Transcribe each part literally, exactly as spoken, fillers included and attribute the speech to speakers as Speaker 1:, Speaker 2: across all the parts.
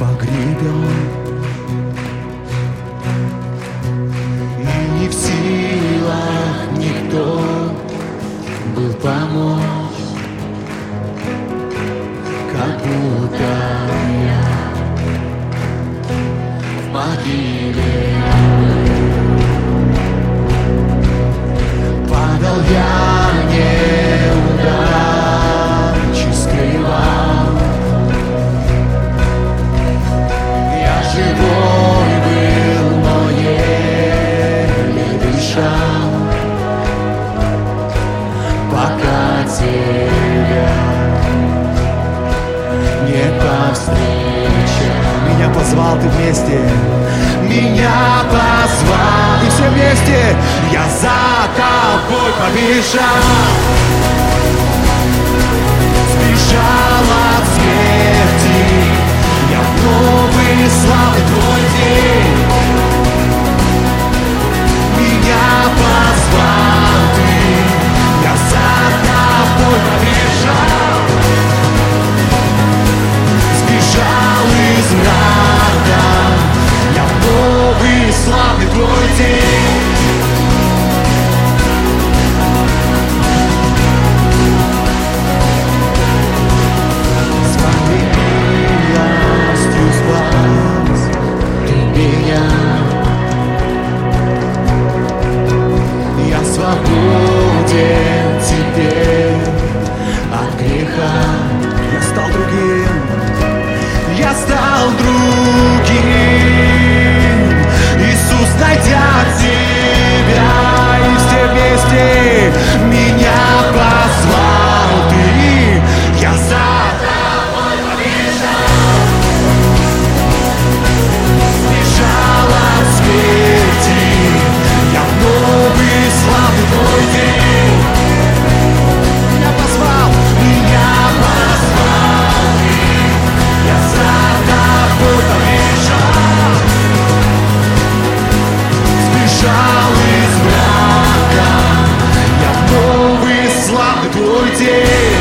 Speaker 1: погребен. И не в силах никто был помочь, как будто я в могиле падал я, неудачи скрывал. Я живой был, но еле дышал, пока тебя не повстречал. Меня позвал ты вместе, меня позвал, и все вместе я за тобой побежал. Сбежал от смерти я в новый славный твой день. Меня позвал ты, я за тобой побежал. Сбежал из мрака я в новый славный твой день. Своей милостью спас ты меня. Я свободен теперь от греха. Я стал другим, я стал другим. Иисус, найдя тебя, и все вместе меня позвал ты. Я за тобой побежал, сбежал от смерти я в новый славный твой день. Меня позвал, меня позвал ты. Я за тобой побежал, сбежал из мрака я в новый славный твой день.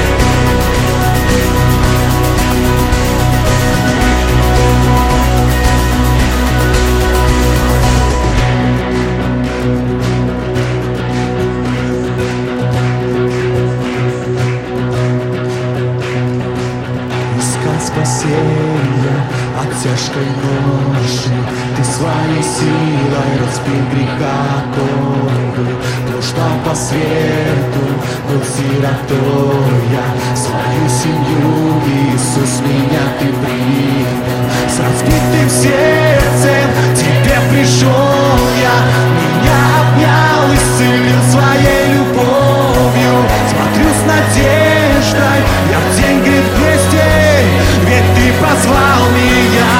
Speaker 1: Искал спасения от тяжкой ноши, ты своей силой разбил греха ковы. Блуждал по свету, был сиротой я, свою семью, Иисус, меня ты принял. С разбитым сердцем тебе пришел я, меня обнял, исцелил своей любовью. Смотрю с надеждой я в день грех вместе, ведь ты позвал меня.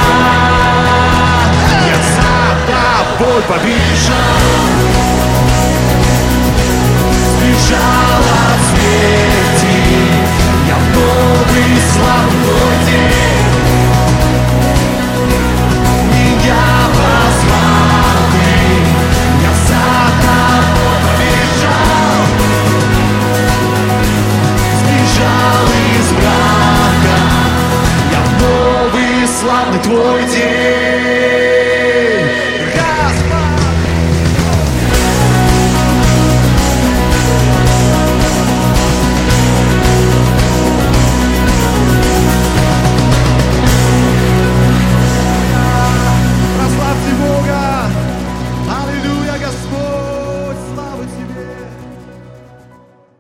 Speaker 1: Я за тобой побежал, сбежал от смерти я в новый славный день. Меня позвал ты, я за тобой побежал, сбежал из мрака я в новый славный твой день.